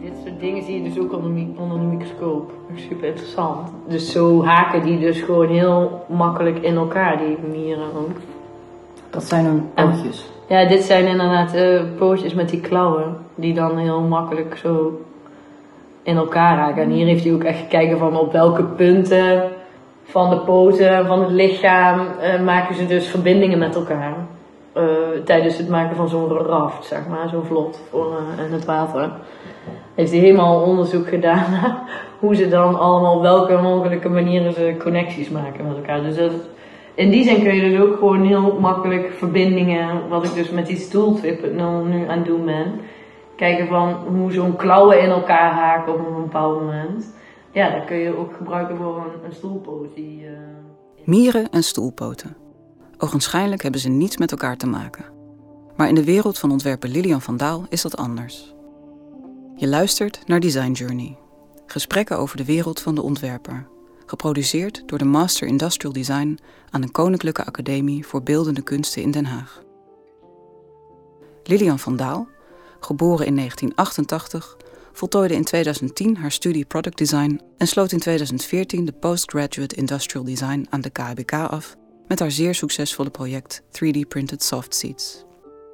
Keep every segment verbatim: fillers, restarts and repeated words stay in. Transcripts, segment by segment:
Dit soort dingen zie je dus ook onder, onder de microscoop. Super interessant. Dus zo haken die dus gewoon heel makkelijk in elkaar, die mieren ook. Dat zijn dan pootjes? Ja, dit zijn inderdaad uh, pootjes met die klauwen. Die dan heel makkelijk zo in elkaar raken. En hier heeft hij ook echt gekeken van op welke punten van de poten, van het lichaam, uh, maken ze dus verbindingen met elkaar. Uh, tijdens het maken van zo'n raft, zeg maar, zo'n vlot voor, uh, in het water. Heeft hij helemaal onderzoek gedaan naar hoe ze dan allemaal op welke mogelijke manieren ze connecties maken met elkaar. Dus dat, in die zin kun je dus ook gewoon heel makkelijk verbindingen, wat ik dus met die stoel twee punt nul nu aan het doen ben. Kijken van hoe zo'n klauwen in elkaar haken op een bepaald moment. Ja, dat kun je ook gebruiken voor een, een stoelpoot. Die, uh... Mieren en stoelpoten. Ogenschijnlijk hebben ze niets met elkaar te maken. Maar in de wereld van ontwerper Lilian van Daal is dat anders. Je luistert naar Design Journey. Gesprekken over de wereld van de ontwerper. Geproduceerd door de Master Industrial Design aan de Koninklijke Academie voor Beeldende Kunsten in Den Haag. Lilian van Daal, geboren in negentien achtentachtig, voltooide in tweeduizend tien haar studie Product Design en sloot in tweeduizend veertien de Postgraduate Industrial Design aan de K H B K af met haar zeer succesvolle project drie D Printed Soft Seats.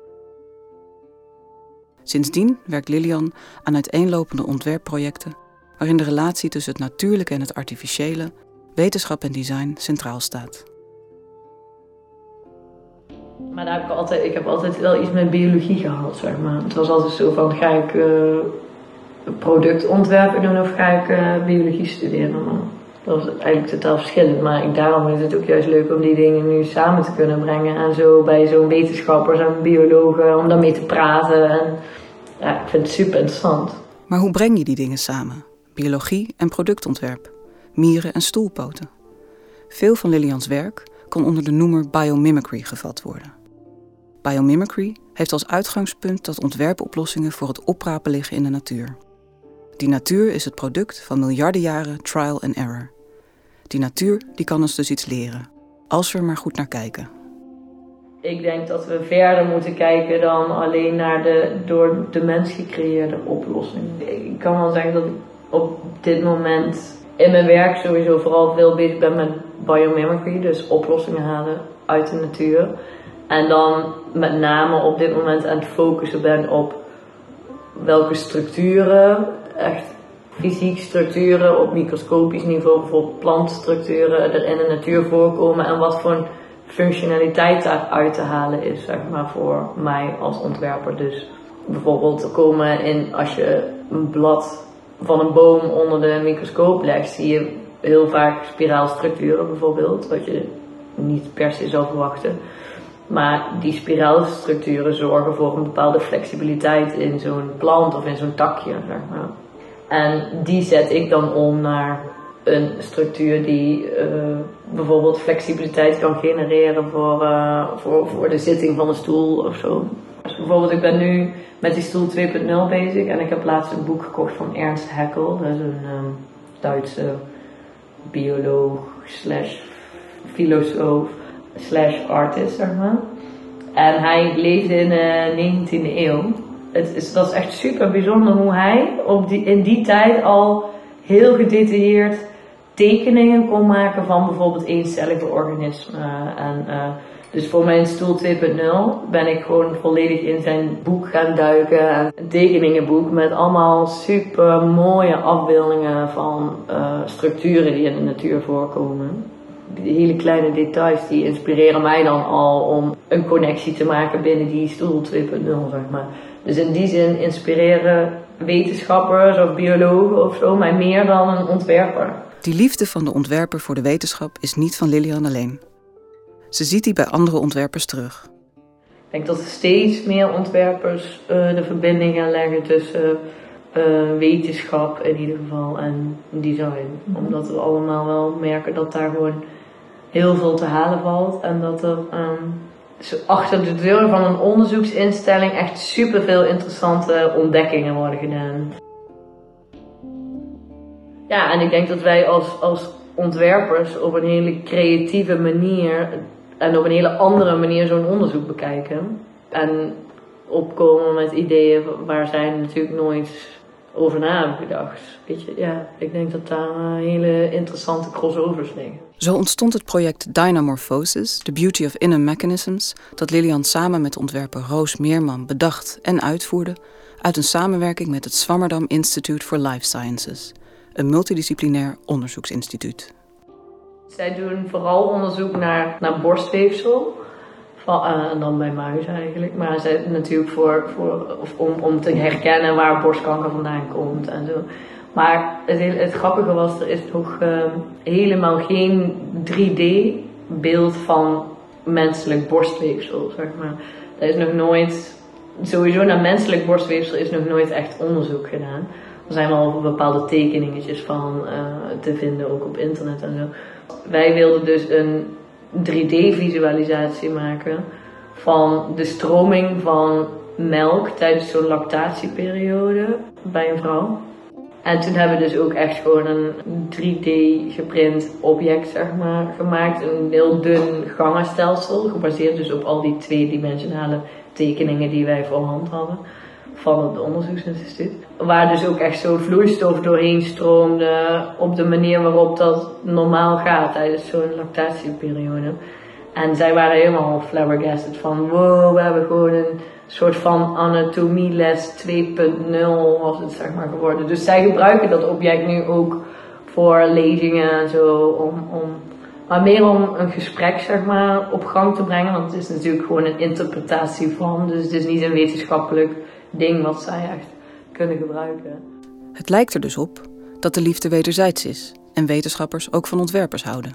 Sindsdien werkt Lilian aan uiteenlopende ontwerpprojecten waarin de relatie tussen het natuurlijke en het artificiële, wetenschap en design centraal staat. Maar daar heb ik, altijd, ik heb altijd wel iets met biologie gehad, zeg maar. Het was altijd zo van, ga ik uh, productontwerpen doen of ga ik uh, biologie studeren? Maar dat was eigenlijk totaal verschillend. Maar ik, daarom is het ook juist leuk om die dingen nu samen te kunnen brengen. En zo bij zo'n wetenschappers en biologen, om daarmee te praten. En ja, ik vind het super interessant. Maar hoe breng je die dingen samen? Biologie en productontwerp, mieren en stoelpoten. Veel van Lilians werk kon onder de noemer biomimicry gevat worden. Biomimicry heeft als uitgangspunt dat ontwerpoplossingen voor het oprapen liggen in de natuur. Die natuur is het product van miljarden jaren trial and error. Die natuur die kan ons dus iets leren, als we er maar goed naar kijken. Ik denk dat we verder moeten kijken dan alleen naar de door de mens gecreëerde oplossing. Ik kan wel zeggen dat ik op dit moment in mijn werk sowieso vooral veel bezig ben met biomimicry, dus oplossingen halen uit de natuur. En dan met name op dit moment aan het focussen ben op welke structuren, echt fysiek structuren op microscopisch niveau, bijvoorbeeld plantstructuren, er in de natuur voorkomen en wat voor functionaliteit daaruit te halen is, zeg maar, voor mij als ontwerper. Dus bijvoorbeeld komen in, als je een blad van een boom onder de microscoop legt, zie je heel vaak spiraalstructuren bijvoorbeeld, wat je niet per se zou verwachten. Maar die spiraalstructuren zorgen voor een bepaalde flexibiliteit in zo'n plant of in zo'n takje, zeg maar. En die zet ik dan om naar een structuur die uh, bijvoorbeeld flexibiliteit kan genereren voor, uh, voor, voor de zitting van een stoel of zo. Dus bijvoorbeeld, ik ben nu met die stoel twee punt nul bezig en ik heb laatst een boek gekocht van Ernst Haeckel. Dat is een um, Duitse bioloog slash filosoof slash artist, zeg maar. En hij leefde in de negentiende eeuw. Het is, dat is echt super bijzonder hoe hij op die, in die tijd al heel gedetailleerd tekeningen kon maken van bijvoorbeeld eencellige organismen. En, uh, dus voor mijn stoel twee punt nul ben ik gewoon volledig in zijn boek gaan duiken. En een tekeningenboek met allemaal super mooie afbeeldingen van uh, structuren die in de natuur voorkomen. Die hele kleine details die inspireren mij dan al om een connectie te maken binnen die stoel twee punt nul, zeg maar. Dus in die zin inspireren wetenschappers of biologen of zo mij meer dan een ontwerper. Die liefde van de ontwerper voor de wetenschap is niet van Lilian alleen. Ze ziet die bij andere ontwerpers terug. Ik denk dat er steeds meer ontwerpers uh, de verbinding gaan leggen tussen uh, wetenschap in ieder geval en design. Omdat we allemaal wel merken dat daar gewoon heel veel te halen valt. En dat er um, achter de deur van een onderzoeksinstelling echt superveel interessante ontdekkingen worden gedaan. Ja, en ik denk dat wij als, als ontwerpers op een hele creatieve manier en op een hele andere manier zo'n onderzoek bekijken. En opkomen met ideeën waar zij natuurlijk nooit over na heb gedacht. Weet je, ja, ik denk dat daar uh, hele interessante crossovers liggen. Zo ontstond het project Dynamorphosis, The Beauty of Inner Mechanisms, dat Lilian samen met ontwerper Roos Meerman bedacht en uitvoerde uit een samenwerking met het Swammerdam Institute for Life Sciences, een multidisciplinair onderzoeksinstituut. Zij doen vooral onderzoek naar, naar borstweefsel. Van, uh, en dan bij muis eigenlijk. Maar zij natuurlijk voor, voor, of om, om te herkennen waar borstkanker vandaan komt en zo. Maar het, het grappige was, er is nog uh, helemaal geen drie D beeld van menselijk borstweefsel, zeg maar. Er is nog nooit, sowieso naar menselijk borstweefsel is nog nooit echt onderzoek gedaan. Er zijn wel bepaalde tekeningetjes van uh, te vinden, ook op internet en zo. Wij wilden dus een drie D visualisatie maken van de stroming van melk tijdens zo'n lactatieperiode bij een vrouw. En toen hebben we dus ook echt gewoon een drie D geprint object, zeg maar, gemaakt. Een heel dun gangenstelsel, gebaseerd dus op al die tweedimensionale tekeningen die wij voorhand hadden van het onderzoeksinstituut. Waar dus ook echt zo'n vloeistof doorheen stroomde op de manier waarop dat normaal gaat tijdens zo'n lactatieperiode. En zij waren helemaal flabbergasted van wow, we hebben gewoon een soort van anatomieles twee punt nul was het, zeg maar, geworden. Dus zij gebruiken dat object nu ook voor lezingen en zo, om, om, maar meer om een gesprek, zeg maar, op gang te brengen. Want het is natuurlijk gewoon een interpretatie van, dus het is niet een wetenschappelijk ding wat zij echt kunnen gebruiken. Het lijkt er dus op dat de liefde wederzijds is en wetenschappers ook van ontwerpers houden.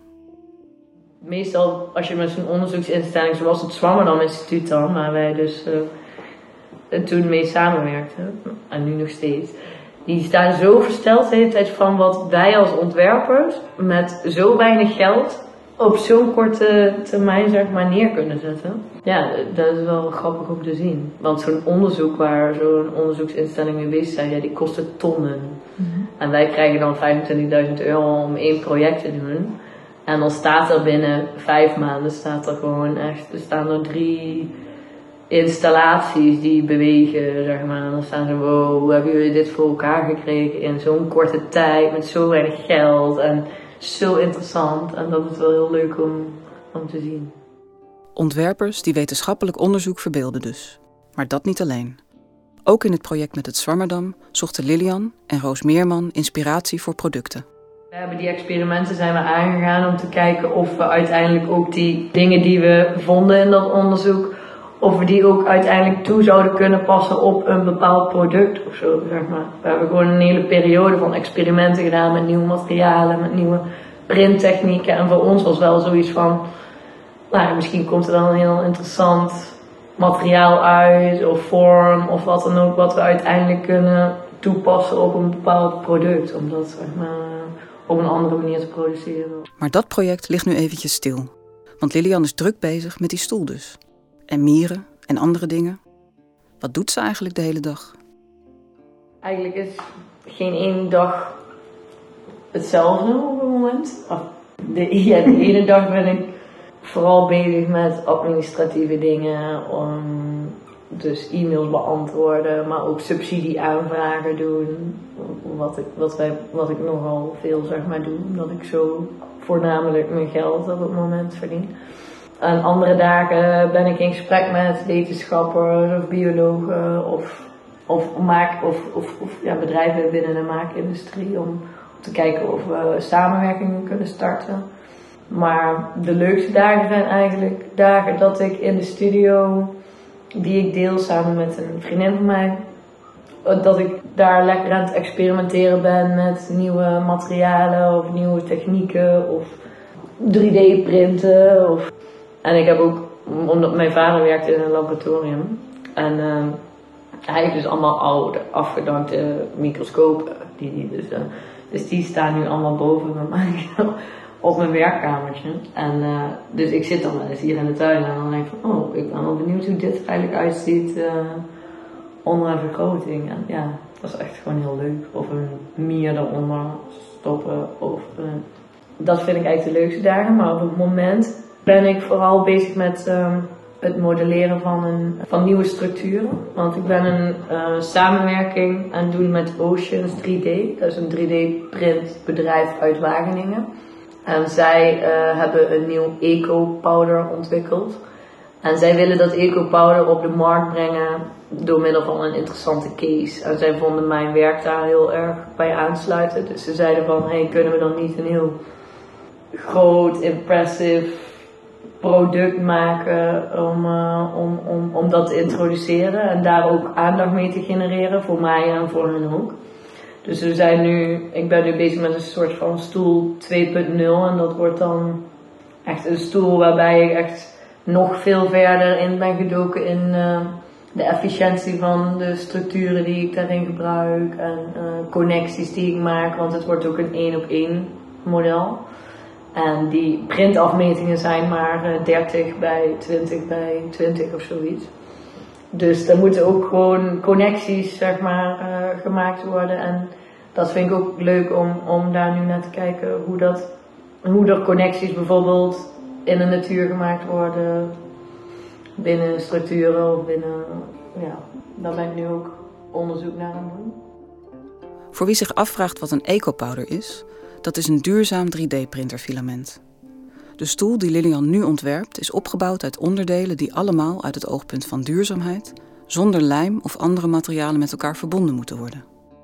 Meestal als je met zo'n onderzoeksinstelling zoals het Swammerdam Instituut dan, waar wij dus uh, toen mee samenwerkten, en nu nog steeds, die staan zo versteld de hele tijd van wat wij als ontwerpers met zo weinig geld op zo'n korte termijn, zeg maar, neer kunnen zetten. Ja, dat is wel grappig om te zien. Want zo'n onderzoek waar zo'n onderzoeksinstelling mee bezig zijn, ja, die kosten tonnen. Mm-hmm. En wij krijgen dan vijfentwintigduizend euro om één project te doen. En dan staat er binnen vijf maanden, staat er gewoon echt, er staan er drie installaties die bewegen, zeg maar. En dan staan ze, wow, hoe hebben jullie dit voor elkaar gekregen in zo'n korte tijd, met zo weinig geld. En zo interessant, en dat is wel heel leuk om, om te zien. Ontwerpers die wetenschappelijk onderzoek verbeelden dus. Maar dat niet alleen. Ook in het project met het Swammerdam zochten Lilian en Roos Meerman inspiratie voor producten. We hebben die experimenten zijn we aangegaan om te kijken of we uiteindelijk ook die dingen die we vonden in dat onderzoek, of we die ook uiteindelijk toe zouden kunnen passen op een bepaald product of zo, zeg maar. We hebben gewoon een hele periode van experimenten gedaan met nieuwe materialen, met nieuwe printtechnieken. En voor ons was wel zoiets van, nou, misschien komt er dan een heel interessant materiaal uit, of vorm, of wat dan ook, wat we uiteindelijk kunnen toepassen op een bepaald product. Om dat, zeg maar, op een andere manier te produceren. Maar dat project ligt nu eventjes stil. Want Lilian is druk bezig met die stoel dus. En mieren en andere dingen. Wat doet ze eigenlijk de hele dag? Eigenlijk is geen één dag hetzelfde op het moment. De, ja, de ene dag ben ik vooral bezig met administratieve dingen. Om dus e-mails beantwoorden, maar ook subsidieaanvragen doen. Wat ik, wat wij, wat ik nogal veel, zeg maar, doe. Omdat ik zo voornamelijk mijn geld op het moment verdien. En andere dagen ben ik in gesprek met wetenschappers of biologen of, of, maak, of, of, of ja, bedrijven binnen de maakindustrie om, om te kijken of we samenwerkingen kunnen starten. Maar de leukste dagen zijn eigenlijk dagen dat ik in de studio, die ik deel samen met een vriendin van mij, dat ik daar lekker aan het experimenteren ben met nieuwe materialen of nieuwe technieken of drie D printen. Of... En ik heb ook, omdat mijn vader werkt in een laboratorium en uh, hij heeft dus allemaal oude afgedankte microscopen. Die, die dus, uh, dus die staan nu allemaal boven bij mij op mijn werkkamertje. En uh, dus ik zit dan wel eens hier in de tuin en dan denk ik van, oh, ik ben wel benieuwd hoe dit eigenlijk uitziet uh, onder een vergroting. En ja, dat is echt gewoon heel leuk. Of een mier eronder stoppen. Of, uh, dat vind ik eigenlijk de leukste dagen. Maar op het moment ben ik vooral bezig met um, het modelleren van, een, van nieuwe structuren. Want ik ben een uh, samenwerking aan het doen met Oceans drie D. Dat is een drie D printbedrijf uit Wageningen. En zij uh, hebben een nieuw eco-powder ontwikkeld. En zij willen dat eco-powder op de markt brengen door middel van een interessante case. En zij vonden mijn werk daar heel erg bij aansluiten. Dus ze zeiden van, hey, kunnen we dan niet een heel groot, impressive product maken om, uh, om, om, om dat te introduceren. En daar ook aandacht mee te genereren, voor mij en voor hen ook. Dus we zijn nu, ik ben nu bezig met een soort van stoel twee punt nul. En dat wordt dan echt een stoel waarbij ik echt nog veel verder in ben gedoken in uh, de efficiëntie van de structuren die ik daarin gebruik en uh, connecties die ik maak, want het wordt ook een één op één model. En die printafmetingen zijn maar uh, dertig bij twintig bij twintig of zoiets. Dus er moeten ook gewoon connecties, zeg maar, uh, gemaakt worden. En dat vind ik ook leuk om, om daar nu naar te kijken hoe, dat, hoe er connecties bijvoorbeeld in de natuur gemaakt worden, binnen structuren of binnen, ja, daar ben ik nu ook onderzoek naar aan het doen. Voor wie zich afvraagt wat een ecopowder is, dat is een duurzaam drie D printerfilament. De stoel die Lilian nu ontwerpt is opgebouwd uit onderdelen die allemaal uit het oogpunt van duurzaamheid, zonder lijm of andere materialen met elkaar verbonden moeten worden.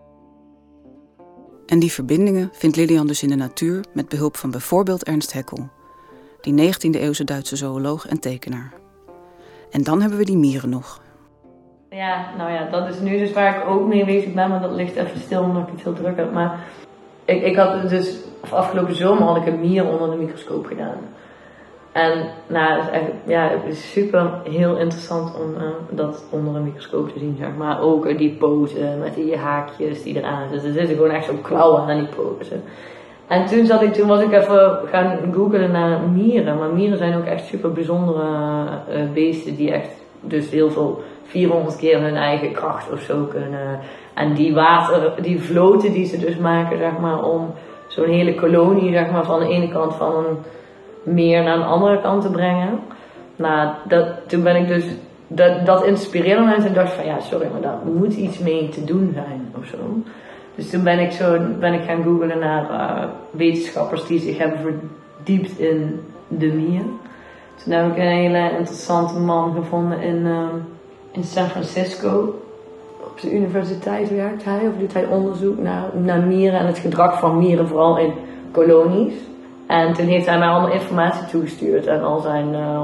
En die verbindingen vindt Lilian dus in de natuur met behulp van bijvoorbeeld Ernst Haeckel, die negentiende eeuwse Duitse zooloog en tekenaar. En dan hebben we die mieren nog. Ja, nou ja, dat is nu dus waar ik ook mee bezig ben, maar dat ligt even stil omdat ik het heel druk heb. Maar ik, ik had dus, afgelopen zomer had ik een mier onder de microscoop gedaan. En nou, het is echt, ja, het is super heel interessant om uh, dat onder een microscoop te zien, zeg maar. Ook uh, die poten met die haakjes die eraan zitten. Er zitten gewoon echt zo'n klauwen aan die poten. En toen, zat ik, toen was ik even gaan googlen naar mieren. Maar mieren zijn ook echt super bijzondere uh, beesten die echt dus heel veel, vierhonderd keer hun eigen kracht of zo kunnen. En die water, die vloten die ze dus maken, zeg maar, om zo'n hele kolonie, zeg maar, van de ene kant van een meer naar een andere kant te brengen. Nou, dat, toen ben ik dus, dat, dat inspireerde mij en dacht van ja, sorry, maar daar moet iets mee te doen zijn of zo. Dus toen ben ik, zo, ben ik gaan googlen naar uh, wetenschappers die zich hebben verdiept in de mier. Toen heb ik een hele interessante man gevonden in, uh, in San Francisco. Op de universiteit werkt hij, of doet hij onderzoek naar, naar mieren en het gedrag van mieren, vooral in kolonies. En toen heeft hij mij allemaal informatie toegestuurd en al zijn uh,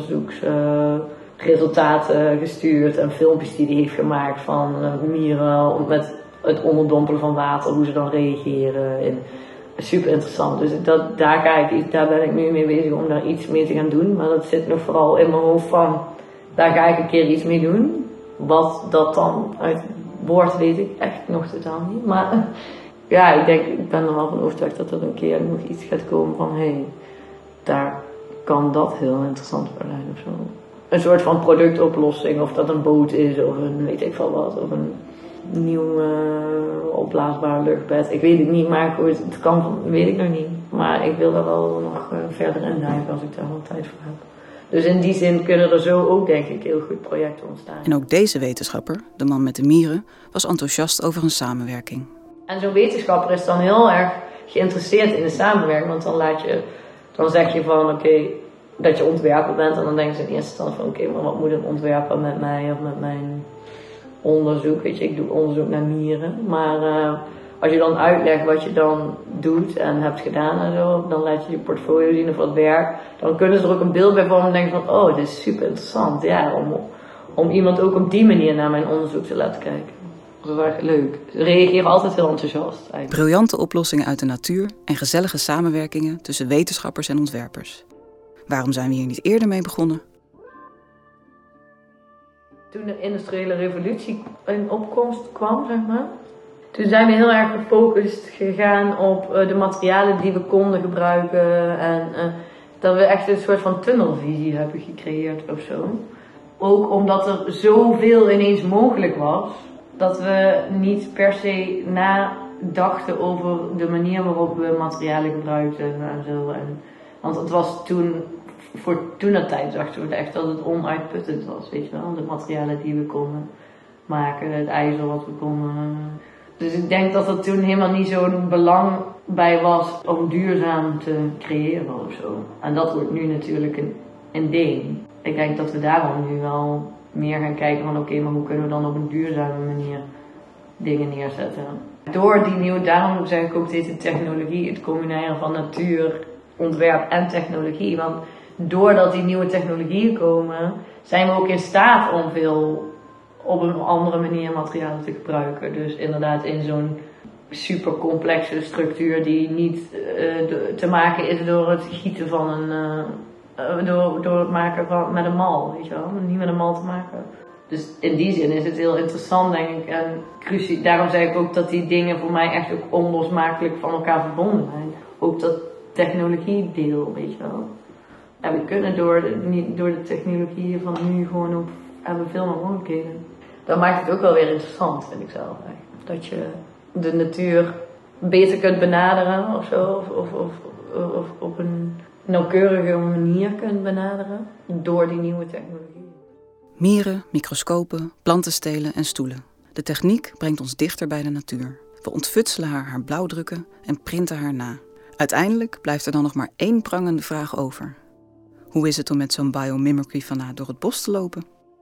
onderzoeksresultaten uh, gestuurd en filmpjes die hij heeft gemaakt van uh, mieren met het onderdompelen van water, hoe ze dan reageren. En super interessant. Dus dat, daar, ga ik, daar ben ik nu mee bezig om daar iets mee te gaan doen. Maar dat zit nog vooral in mijn hoofd van, daar ga ik een keer iets mee doen. Wat dat dan uit wordt, weet ik echt nog totaal niet. Maar ja, ik denk, ik ben er wel van overtuigd dat er een keer nog iets gaat komen van, hé, hey, daar kan dat heel interessant voor zijn of zo. Een soort van productoplossing, of dat een boot is, of een weet ik veel wat, of een nieuw uh, opblaasbaar luchtbed. Ik weet het niet, maar goed, het kan, weet ik nog niet. Maar ik wil er wel nog uh, verder in duiken als ik daar wel tijd voor heb. Dus in die zin kunnen er zo ook, denk ik, heel goed projecten ontstaan. En ook deze wetenschapper, de man met de mieren, was enthousiast over een samenwerking. En zo'n wetenschapper is dan heel erg geïnteresseerd in de samenwerking. Want dan, laat je, dan zeg je van, oké, okay, dat je ontwerper bent. En dan denken ze in eerste instantie van, oké, okay, maar wat moet een ontwerper met mij of met mijn onderzoek? Weet je, ik doe onderzoek naar mieren. Maar uh, als je dan uitlegt wat je dan doet en hebt gedaan en zo, dan laat je je portfolio zien of wat werk. Dan kunnen ze er ook een beeld bij vormen en denken van, oh, dit is super interessant. Ja, om, om iemand ook op die manier naar mijn onderzoek te laten kijken. Dat is echt leuk. Ze reageren altijd heel enthousiast. Eigenlijk. Briljante oplossingen uit de natuur en gezellige samenwerkingen tussen wetenschappers en ontwerpers. Waarom zijn we hier niet eerder mee begonnen? Toen de industriële revolutie in opkomst kwam, zeg maar, toen zijn we heel erg gefocust gegaan op uh, de materialen die we konden gebruiken. En uh, dat we echt een soort van tunnelvisie hebben gecreëerd of zo. Ook omdat er zoveel ineens mogelijk was, dat we niet per se nadachten over de manier waarop we materialen gebruikten en zo. En, want het was toen voor toen dat tijd dachten we echt dat het onuitputtend was, weet je wel. De materialen die we konden maken, het ijzer wat we konden. Dus ik denk dat er toen helemaal niet zo'n belang bij was om duurzaam te creëren of zo. En dat wordt nu natuurlijk een, een ding. Ik denk dat we daarom nu wel meer gaan kijken van oké, okay, maar hoe kunnen we dan op een duurzame manier dingen neerzetten. Door die nieuwe, daarom zeg ik ook deze technologie, het combineren van natuur, ontwerp en technologie. Want doordat die nieuwe technologieën komen, zijn we ook in staat om veel op een andere manier materialen te gebruiken. Dus inderdaad in zo'n super complexe structuur die niet uh, te maken is door het gieten van een, uh, door, door het maken van met een mal, weet je wel, niet met een mal te maken. Dus in die zin is het heel interessant, denk ik, en cruciaal. Daarom zeg ik ook dat die dingen voor mij echt ook onlosmakelijk van elkaar verbonden zijn. Ook dat technologiedeel, weet je wel. En we kunnen door de, niet, door de technologieën van nu gewoon ook, hebben we veel meer mogelijkheden. Dat maakt het ook wel weer interessant, vind ik zelf eigenlijk. Dat je de natuur beter kunt benaderen of zo, of, of, of, of op een nauwkeurige manier kunt benaderen door die nieuwe technologie. Mieren, microscopen, plantenstelen en stoelen. De techniek brengt ons dichter bij de natuur. We ontfutselen haar haar blauwdrukken en printen haar na. Uiteindelijk blijft er dan nog maar één prangende vraag over. Hoe is het om met zo'n biomimicry fanaat door het bos te lopen?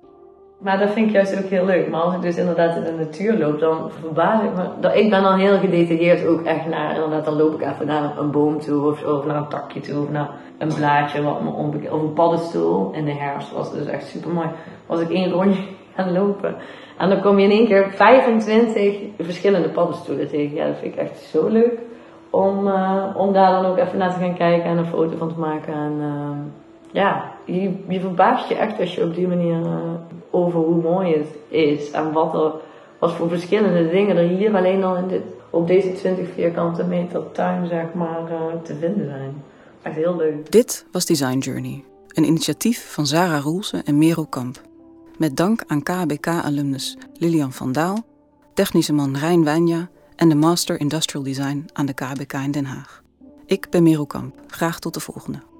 Maar dat vind ik juist ook heel leuk. Maar als ik dus inderdaad in de natuur loop, dan verbaas ik me. Dat, ik ben dan heel gedetailleerd ook echt naar, inderdaad, dan loop ik even naar een boom toe of, of naar een takje toe of naar een blaadje wat me onbekend, of een paddenstoel. In de herfst was het dus echt super mooi. Was ik één rondje gaan lopen. En dan kom je in één keer vijfentwintig verschillende paddenstoelen tegen. Ja, dat vind ik echt zo leuk. Om, uh, om daar dan ook even naar te gaan kijken en een foto van te maken. En uh, ja, je, je verbaast je echt als je op die manier uh, over hoe mooi het is. En wat er, wat voor verschillende dingen er hier alleen al in dit, op deze twintig vierkante meter tuin, zeg maar, uh, te vinden zijn. Echt heel leuk. Dit was Design Journey. Een initiatief van Sarah Roelse en Merel Kamp. Met dank aan K H B K-alumnus Lilian van Daal, technische man Rijn Wijnja en de Master Industrial Design aan de K H B K in Den Haag. Ik ben Merel Kamp. Graag tot de volgende.